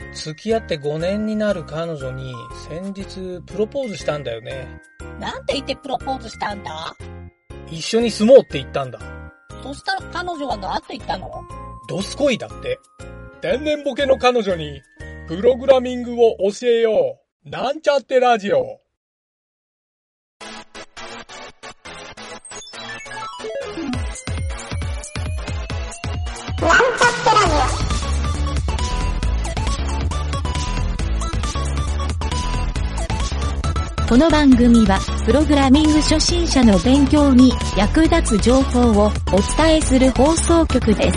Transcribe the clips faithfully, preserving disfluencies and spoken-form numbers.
付き合ってごねんになる彼女に先日プロポーズしたんだよね。 なんて言ってプロポーズしたんだ？ 一緒に住もうって言ったんだ。 そしたら彼女は何て言ったの？ ドスコイだって。天然ボケの彼女にプログラミングを教えよう。なんちゃってラジオ。 この番組は、プログラミング初心者の勉強に役立つ情報をお伝えする放送局です。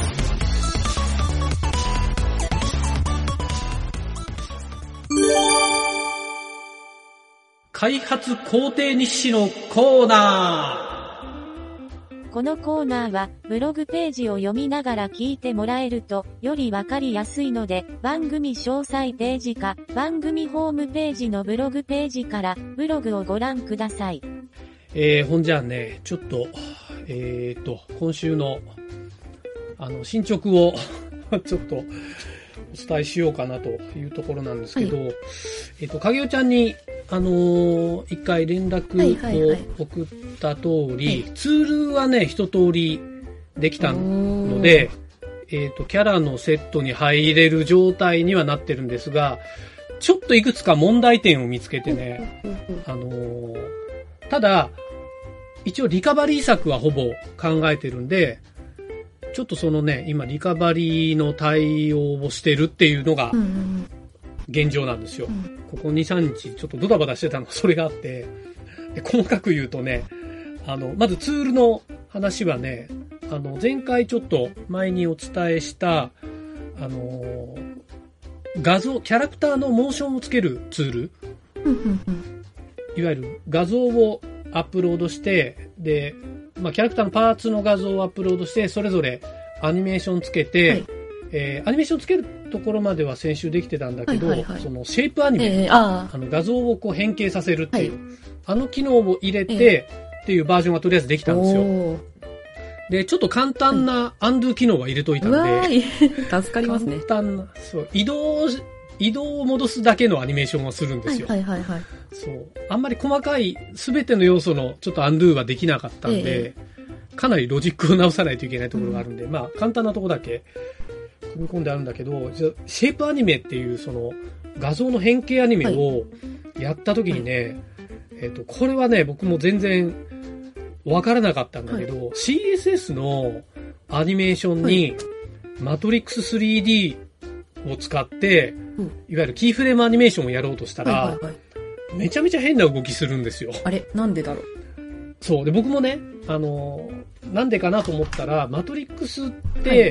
開発工程日誌のコーナー。 このコーナーは、ブログページを読みながら聞いてもらえると、よりわかりやすいので、番組詳細ページか、番組ホームページのブログページから、ブログをご覧ください。 えー、ほんじゃあね、ちょっと、えーと、今週の、あの、進捗を、ちょっと、お伝えしようかなというところなんですけど、はい、えっと、影尾ちゃんに、あのー、一回連絡を送った通り、はいはいはい、ツールはね、一通りできたので、えっと、キャラのセットに入れる状態にはなってるんですが、ちょっといくつか問題点を見つけてね、あのー、ただ、一応リカバリー策はほぼ考えてるんで、ちょっとそのね、今リカバリーの対応をしてるっていうのが現状なんですよ。うんうん、ここに、さんにちちょっとドタバタしてたのがそれがあって、で細かく言うとね、あの、まずツールの話はね、あの、前回ちょっと前にお伝えした、あの、画像、キャラクターのモーションをつけるツール、いわゆる画像をアップロードして、で、まあ、キャラクターのパーツの画像をアップロードして、それぞれアニメーションつけて、はい、えー、アニメーションつけるところまでは先週できてたんだけど、はいはいはい、そのシェイプアニメ、えー、ああの画像をこう変形させるっていう、はい、あの機能を入れて、えー、っていうバージョンがとりあえずできたんですよ。で、ちょっと簡単なアンドゥ機能は入れといたんで、 うわー助かりますね。 簡単な、そう、移動、移動を戻すだけのアニメーションをするんですよ。 はいはいはい、はい。 そう。あんまり細かい全ての要素のちょっとアンドゥはできなかったんで、えー、かなりロジックを直さないといけないところがあるんで、うん、まあ簡単なところだけ組み込んであるんだけど、シェイプアニメっていうその画像の変形アニメをやった時にね、はい、えっと、これはね、僕も全然わからなかったんだけど、はい、シーエスエス のアニメーションにマトリックス スリーディー を使って、うん、いわゆるキーフレームアニメーションをやろうとしたら、はいはいはい、めちゃめちゃ変な動きするんですよ。 あれなんでだろう。 そう。で、僕もね、あの、なんでかなと思ったら、マトリックスって、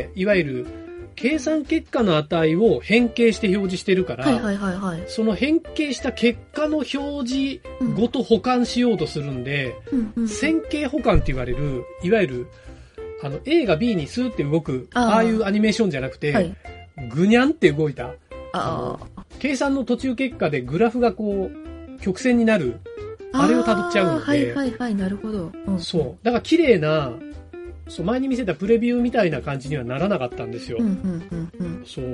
はい、いわゆる、計算結果の値を変形して表示してるから、 はいはいはいはい、 その変形した結果の表示ごと保管しようとするんで、うんうん、線形保管って言われる、いわゆる、あの、A が B にスーって動く、あ, ああいうアニメーションじゃなくて、はい、ぐにゃんって動いた。ああ計算の途中結果でグラフがこう、曲線になる、あれを辿っちゃうので。 はいはいはい、なるほど。 うん、そう。だから綺麗な、そう、前に見せたプレビューみたいな感じにはならなかったんですよ。うんうんうんうん、そう。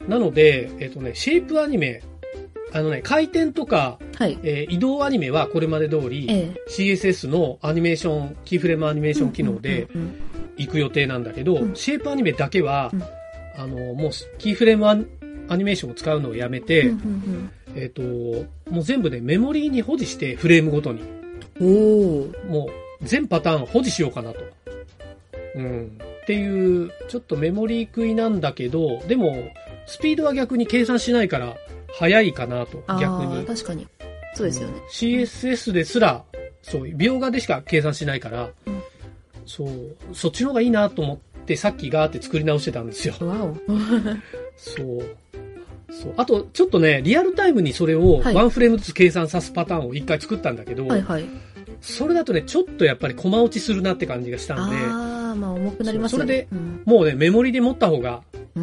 なので、えっとね、シェイプアニメ、あのね、回転とか、はい、えー、移動アニメはこれまで通り、ええ、シーエスエス のアニメーション、キーフレームアニメーション機能で行く予定なんだけど、うんうんうん、シェイプアニメだけは、うん、あの、もうキーフレームアニアニメーションを使うのをやめて、うんうんうん、えっと、もう全部ね、メモリーに保持してフレームごとに。おもう全パターン保持しようかなと。うん。っていう、ちょっとメモリー食いなんだけど、でも、スピードは逆に計算しないから早いかなと、逆に。 確かに。そうですよね。 うん、シーエスエス ですら、そう、秒画でしか計算しないから、うん、そう、そっちの方がいいなと思って、さっきガーって作り直してたんですよ。わお。そう。そう。あと、ちょっとね、リアルタイムにそれをワンフレームずつ計算さすパターンを一回作ったんだけど、はいはい、それだとね、ちょっとやっぱりコマ落ちするなって感じがしたんで、 ああ、まあ重くなりますね。 それで、うん、もうね、メモリで持った方が、うん、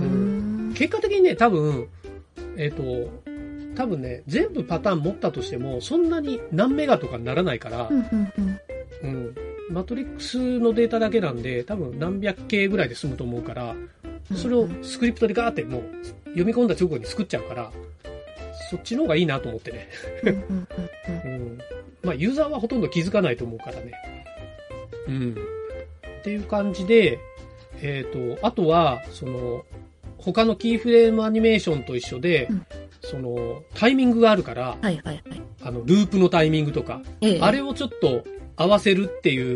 結果的にね、多分、えっと、多分ね、全部パターン持ったとしても、そんなに何メガとかにならないから、うんうんうんうん、マトリックスのデータだけなんで、多分何百系ぐらいで済むと思うから、それをスクリプトでガーってもう読み込んだ直後に作っちゃうから、そっちの方がいいなと思ってね。 うんうんうんうん。まあ、ユーザーはほとんど気づかないと思うからね。うん。っていう感じで、えっと、あとは、その、他のキーフレームアニメーションと一緒で、うん、その、タイミングがあるから、 はいはいはい。 あの、ループのタイミングとか、ええ、あれをちょっと合わせるっていう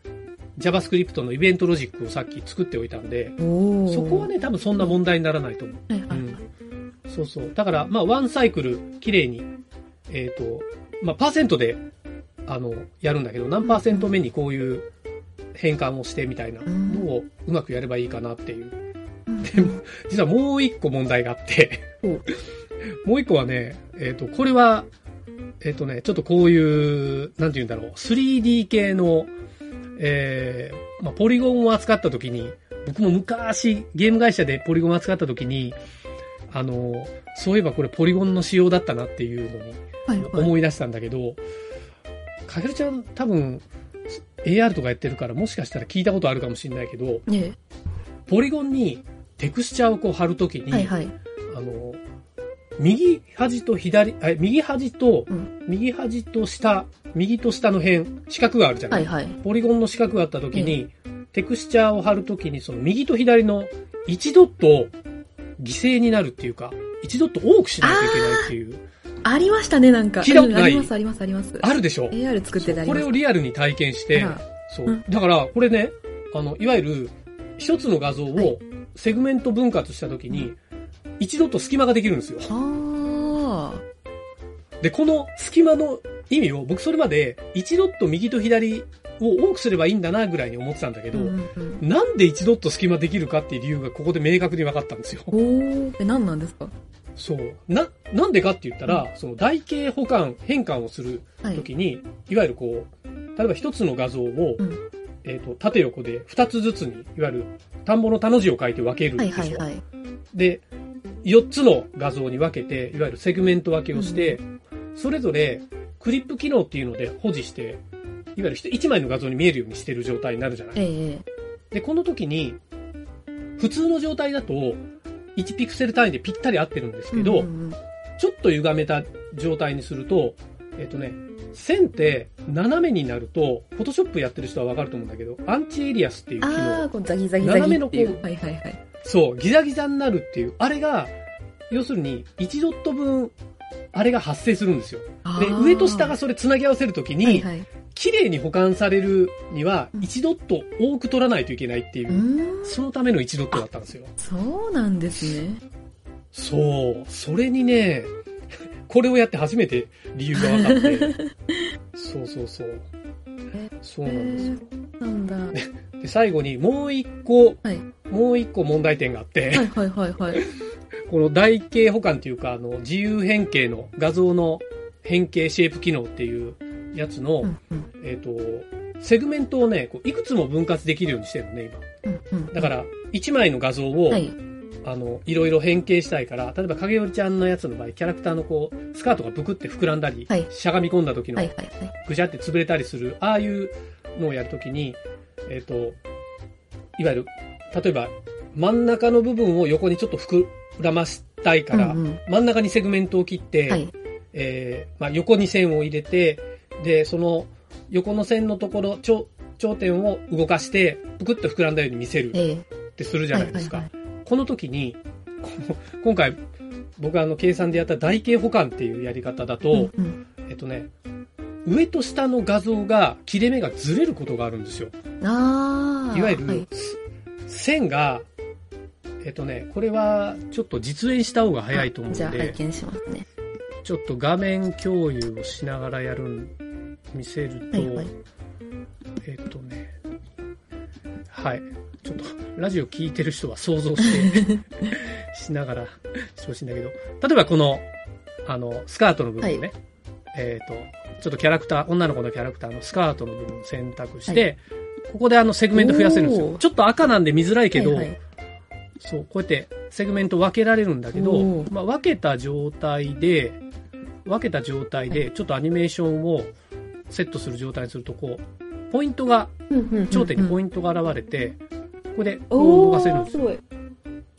、JavaScript のイベントロジックをさっき作っておいたんで、そこはね、多分そんな問題にならないと思う。はいはいはい、うん。そうそう。だから、まあ、ワンサイクル、綺麗に、えっと、まあ、パーセントで、あの、やるんだけど、何パーセント目にこういう変換をしてみたいなのをうまくやればいいかなっていう。でも、実はもう一個問題があって、もう一個はね、えっと、これは、えっとね、ちょっとこういう、なんて言うんだろう、スリーディー 系の、えー、まあ、ポリゴンを扱った時に、僕も昔ゲーム会社でポリゴンを扱った時に、あの、そういえばこれポリゴンの仕様だったなっていうのに思い出したんだけど、はいはい、かげるちゃん多分 エーアール とかやってるからもしかしたら聞いたことあるかもしれないけど、ね、ポリゴンにテクスチャーをこう貼るときに、はいはい、あの、右端と左、あ、右端と、うん、右端と下、右と下の辺、四角があるじゃない、はいはい、ポリゴンの四角があったときに、うん、テクスチャーを貼るときに、その右と左のいちドットを犠牲になるっていうか、いちドット多くしないといけないっていう。 あ, ありましたね、なんか。 聞いたことない。 あります、あります、あります。 あるでしょエーアール 作ってたり。 これをリアルに体験して、そう。だから、これね、あの、いわゆる、一つの画像をセグメント分割したときに、いちドット隙間ができるんですよ。あで、この隙間の意味を、僕それまでいちドット右と左を多くすればいいんだなぐらいに思ってたんだけど、うんうん、なんでいちドット隙間できるかっていう理由がここで明確に分かったんですよ。 おー、え、何なんですか？ そう。な、なんでかって言ったら、うん、その台形補完、変換をするときに、はい、いわゆるこう、例えば一つの画像を、うん、えっと、縦横で二つずつに、いわゆる田んぼの田の字を書いて分けるんですよ。はいはいはい、で、四つの画像に分けて、いわゆるセグメント分けをして、うん、それぞれクリップ機能っていうので保持して、いわゆる一枚の画像に見えるようにしてる状態になるじゃない。ええ、で、この時に、普通の状態だと、いちピクセル単位でぴったり合ってるんですけど、うんうんうん、ちょっと歪めた状態にすると、えっとね、線って斜めになると、フォトショップやってる人はわかると思うんだけど、アンチエリアスっていう機能。 あー、こうザギザギザギ斜めのこう、はいはいはい。 そう、ギザギザになるっていう、あれが、要するにいちドット分、あれが発生するんですよ。で、上と下がそれ繋ぎ合わせるときに、はいはい、綺麗に保管されるには、いちドット多く取らないといけないっていう、うん、そのためのいちドットだったんですよ。 そうなんですね。 そう。それにね、これをやって初めて理由が分かって。そうそうそう。そうなんですよ。 なんだ。 で、最後にもう一個、はい、もう一個問題点があって、 はいはいはいはい。 この台形補完っていうか、あの、自由変形の画像の変形シェイプ機能っていうやつの、うんうん、えっと、セグメントをね、こういくつも分割できるようにしてるのね、今。うんうん、だから、一枚の画像を、はい、あの、いろいろ変形したいから、例えば影織ちゃんのやつの場合、キャラクターのこう、スカートがブクって膨らんだり、はい、しゃがみ込んだ時の、ぐしゃって潰れたりする、ああいうのをやるときに、えっと、いわゆる、例えば、真ん中の部分を横にちょっと膨らましたいから、うんうん、真ん中にセグメントを切って、はい、えー、まあ、横に線を入れて、で、その横の線のところ、頂、頂点を動かして、ぷくっと膨らんだように見せるってするじゃないですか。えーはいはいはい、この時に、この今回、僕はあの計算でやった台形補完っていうやり方だと、うんうん、えっとね、上と下の画像が切れ目がずれることがあるんですよ。あいわゆる、はい、線が、えっとね、これはちょっと実演した方が早いと思うので、 じゃあ拝見しますね。 ちょっと画面共有をしながらやる、見せると、はいはい、えっとね、はい。ちょっと、ラジオ聞いてる人は想像してしながらしてほしいんだけど、例えばこの、あの、スカートの部分ね、はい、えっと、ちょっとキャラクター、女の子のキャラクターのスカートの部分を選択して、はい、ここであのセグメント増やせるんですよ。ちょっと赤なんで見づらいけど、はいはい、そう、こうやってセグメント分けられるんだけど、まあ、分けた状態で、分けた状態で、ちょっとアニメーションをセットする状態にすると、こう、ポイントが、頂点にポイントが現れて、ここでこう動かせるんですよ。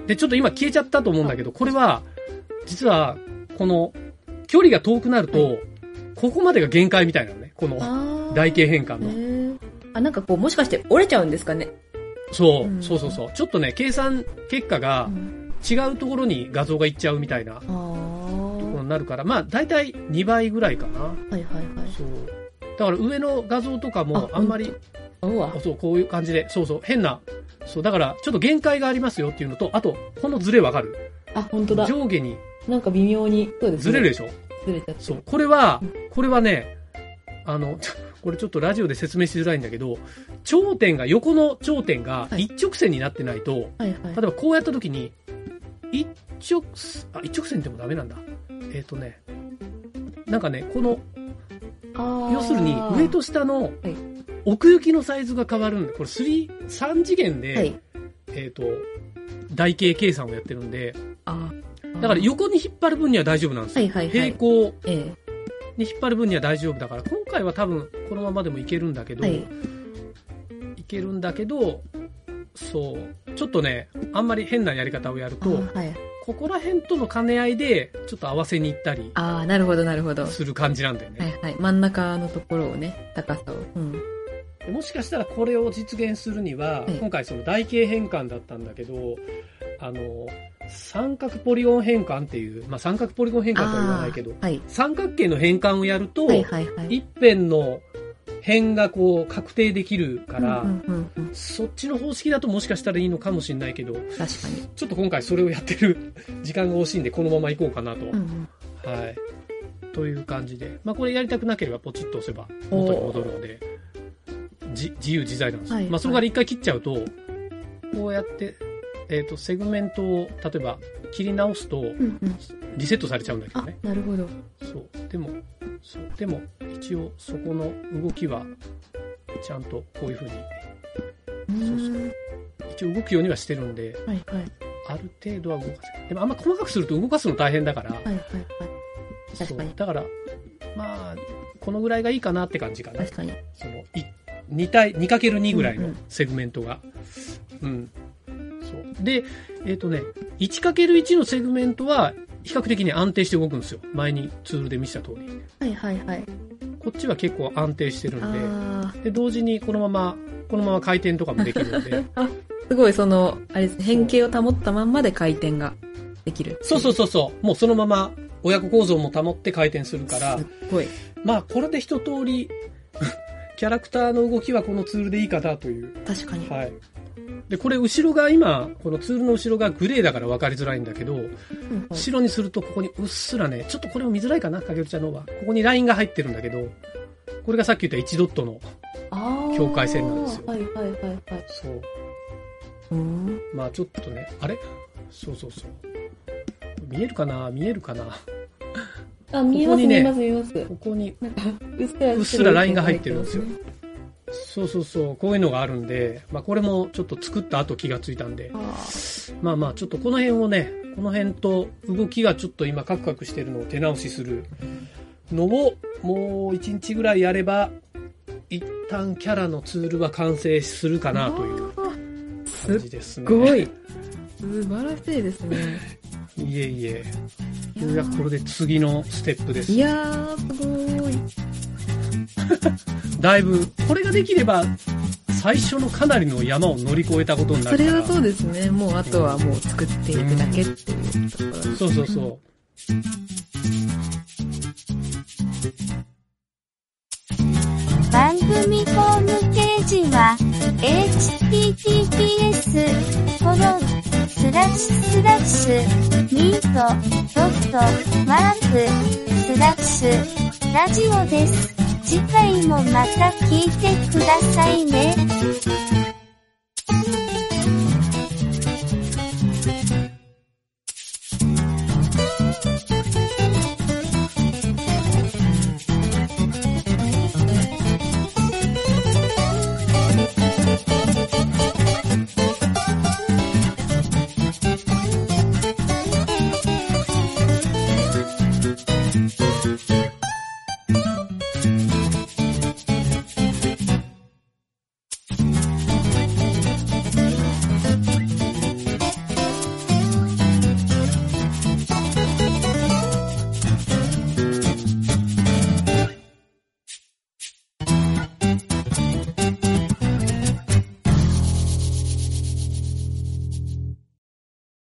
で、ちょっと今消えちゃったと思うんだけど、これは、実は、この、距離が遠くなると、はい、ここまでが限界みたいなのね。この、台形変換の。 ーあ、なんかこう、もしかして折れちゃうんですかね。 そう、うん、そうそうそう。ちょっとね、計算結果が、違うところに画像がいっちゃうみたいな、ところになるから、まあ、だいたいにばいぐらいかな。はいはいはい。そう。だから上の画像とかも、あんまり、そう、こういう感じで、そうそう、変な、そう、だから、ちょっと限界がありますよっていうのと、あと、このズレわかる？ あ、本当だ。 上下に。 なんか微妙に、そうですね。 ずれるでしょ？ ずれちゃって。 そう、これは、これはね、あの、これちょっとラジオで説明しづらいんだけど、頂点が、横の頂点が一直線になってないと、はいはいはい、例えばこうやった時に、一直、あ、一直線でもダメなんだ。えっ、ー、とね、なんかね、この、要するに上と下の奥行きのサイズが変わるんで、これさん、三次元で、はい、えっ、ー、と、台形計算をやってるんで、あだから横に引っ張る分には大丈夫なんですよ。はいはいはい、平行に引っ張る分には大丈夫だから、今回は多分このままでもいけるんだけど、はい、いけるんだけど、そう、ちょっとね、あんまり変なやり方をやると、はい、ここら辺との兼ね合いで、ちょっと合わせに行ったり、 ああ、なるほどなるほど。 する感じなんだよね。 はいはい。真ん中のところをね、高さを。うん。 もしかしたらこれを実現するには、はい、今回その台形変換だったんだけど、あの、三角ポリゴン変換っていう、まあ、三角ポリゴン変換とは言わないけど、はい、三角形の変換をやると、はいはいはい、一辺の辺がこう確定できるから、うんうんうんうん、そっちの方式だともしかしたらいいのかもしれないけど、 確かに。 ちょっと今回それをやってる時間が惜しいんで、このまま行こうかなと。うんうん、はい。という感じで。まあ、これやりたくなければポチッと押せば元に戻るので、じ自由自在なんですよ。はいはい、まあ、それから一回切っちゃうと、こうやって、えっと、セグメントを、例えば、切り直すと、リセットされちゃうんだけどね。 うんうん、なるほど。 そう。でも、そう。でも、一応、そこの動きは、ちゃんとこういう風に、そうそう。一応動くようにはしてるんで、はいはい、ある程度は動かせる。でも、あんま細かくすると動かすの大変だから、はいはいはい。確かに。だから、まあ、このぐらいがいいかなって感じかな。 確かに。 その、に対、にかけるに ぐらいのセグメントが。うん、うんそうで、えっ、ー、とね、いちかけるいち のセグメントは比較的に安定して動くんですよ。前にツールで見せた通り。 はいはいはい。 こっちは結構安定してるんで、で、同時にこのまま、このまま回転とかもできるんで。 あ、すごいその、あれですね、変形を保ったまんまで回転ができる。 そうそうそうそう。もうそのまま親子構造も保って回転するから。 すっごい。 まあ、これで一通り、キャラクターの動きはこのツールでいいかなという。 確かに。はい。 で、これ後ろが今、このツールの後ろがグレーだから分かりづらいんだけど、うん、白にするとここにうっすらね、ちょっとこれも見づらいかな、かげるちゃんの方は。ここにラインが入ってるんだけど、これがさっき言ったいちドットの境界線なんですよ。 はいはいはいはい。 そう。うん、まあちょっとね、あれそうそうそう。見えるかな見えるかなあ、見えます、ね、見えます見えます。 ここに、 うっすら、 うっすらラインが入ってるんですよ。そうそうそう、こういうのがあるんで、まあこれもちょっと作った後気がついたんで、まあまあちょっとこの辺をね、この辺と動きがちょっと今カクカクしてるのを手直しするのをもう一日ぐらいやれば、一旦キャラのツールは完成するかなという感じですね。 すごい。素晴らしいですね。 いえいえ。ようやくこれで次のステップです。 いやー、すごい。 だいぶ、これができれば、最初のかなりの山を乗り越えたことになるから。 それはそうですね。もうあとはもう作っていくだけっていうところです、ね。 そうそうそう。 番組ホームページは エイチティーティーピーエス コロンスラッシュスラッシュミートドットマークスラッシュラジオです。次回もまた聞いてくださいね。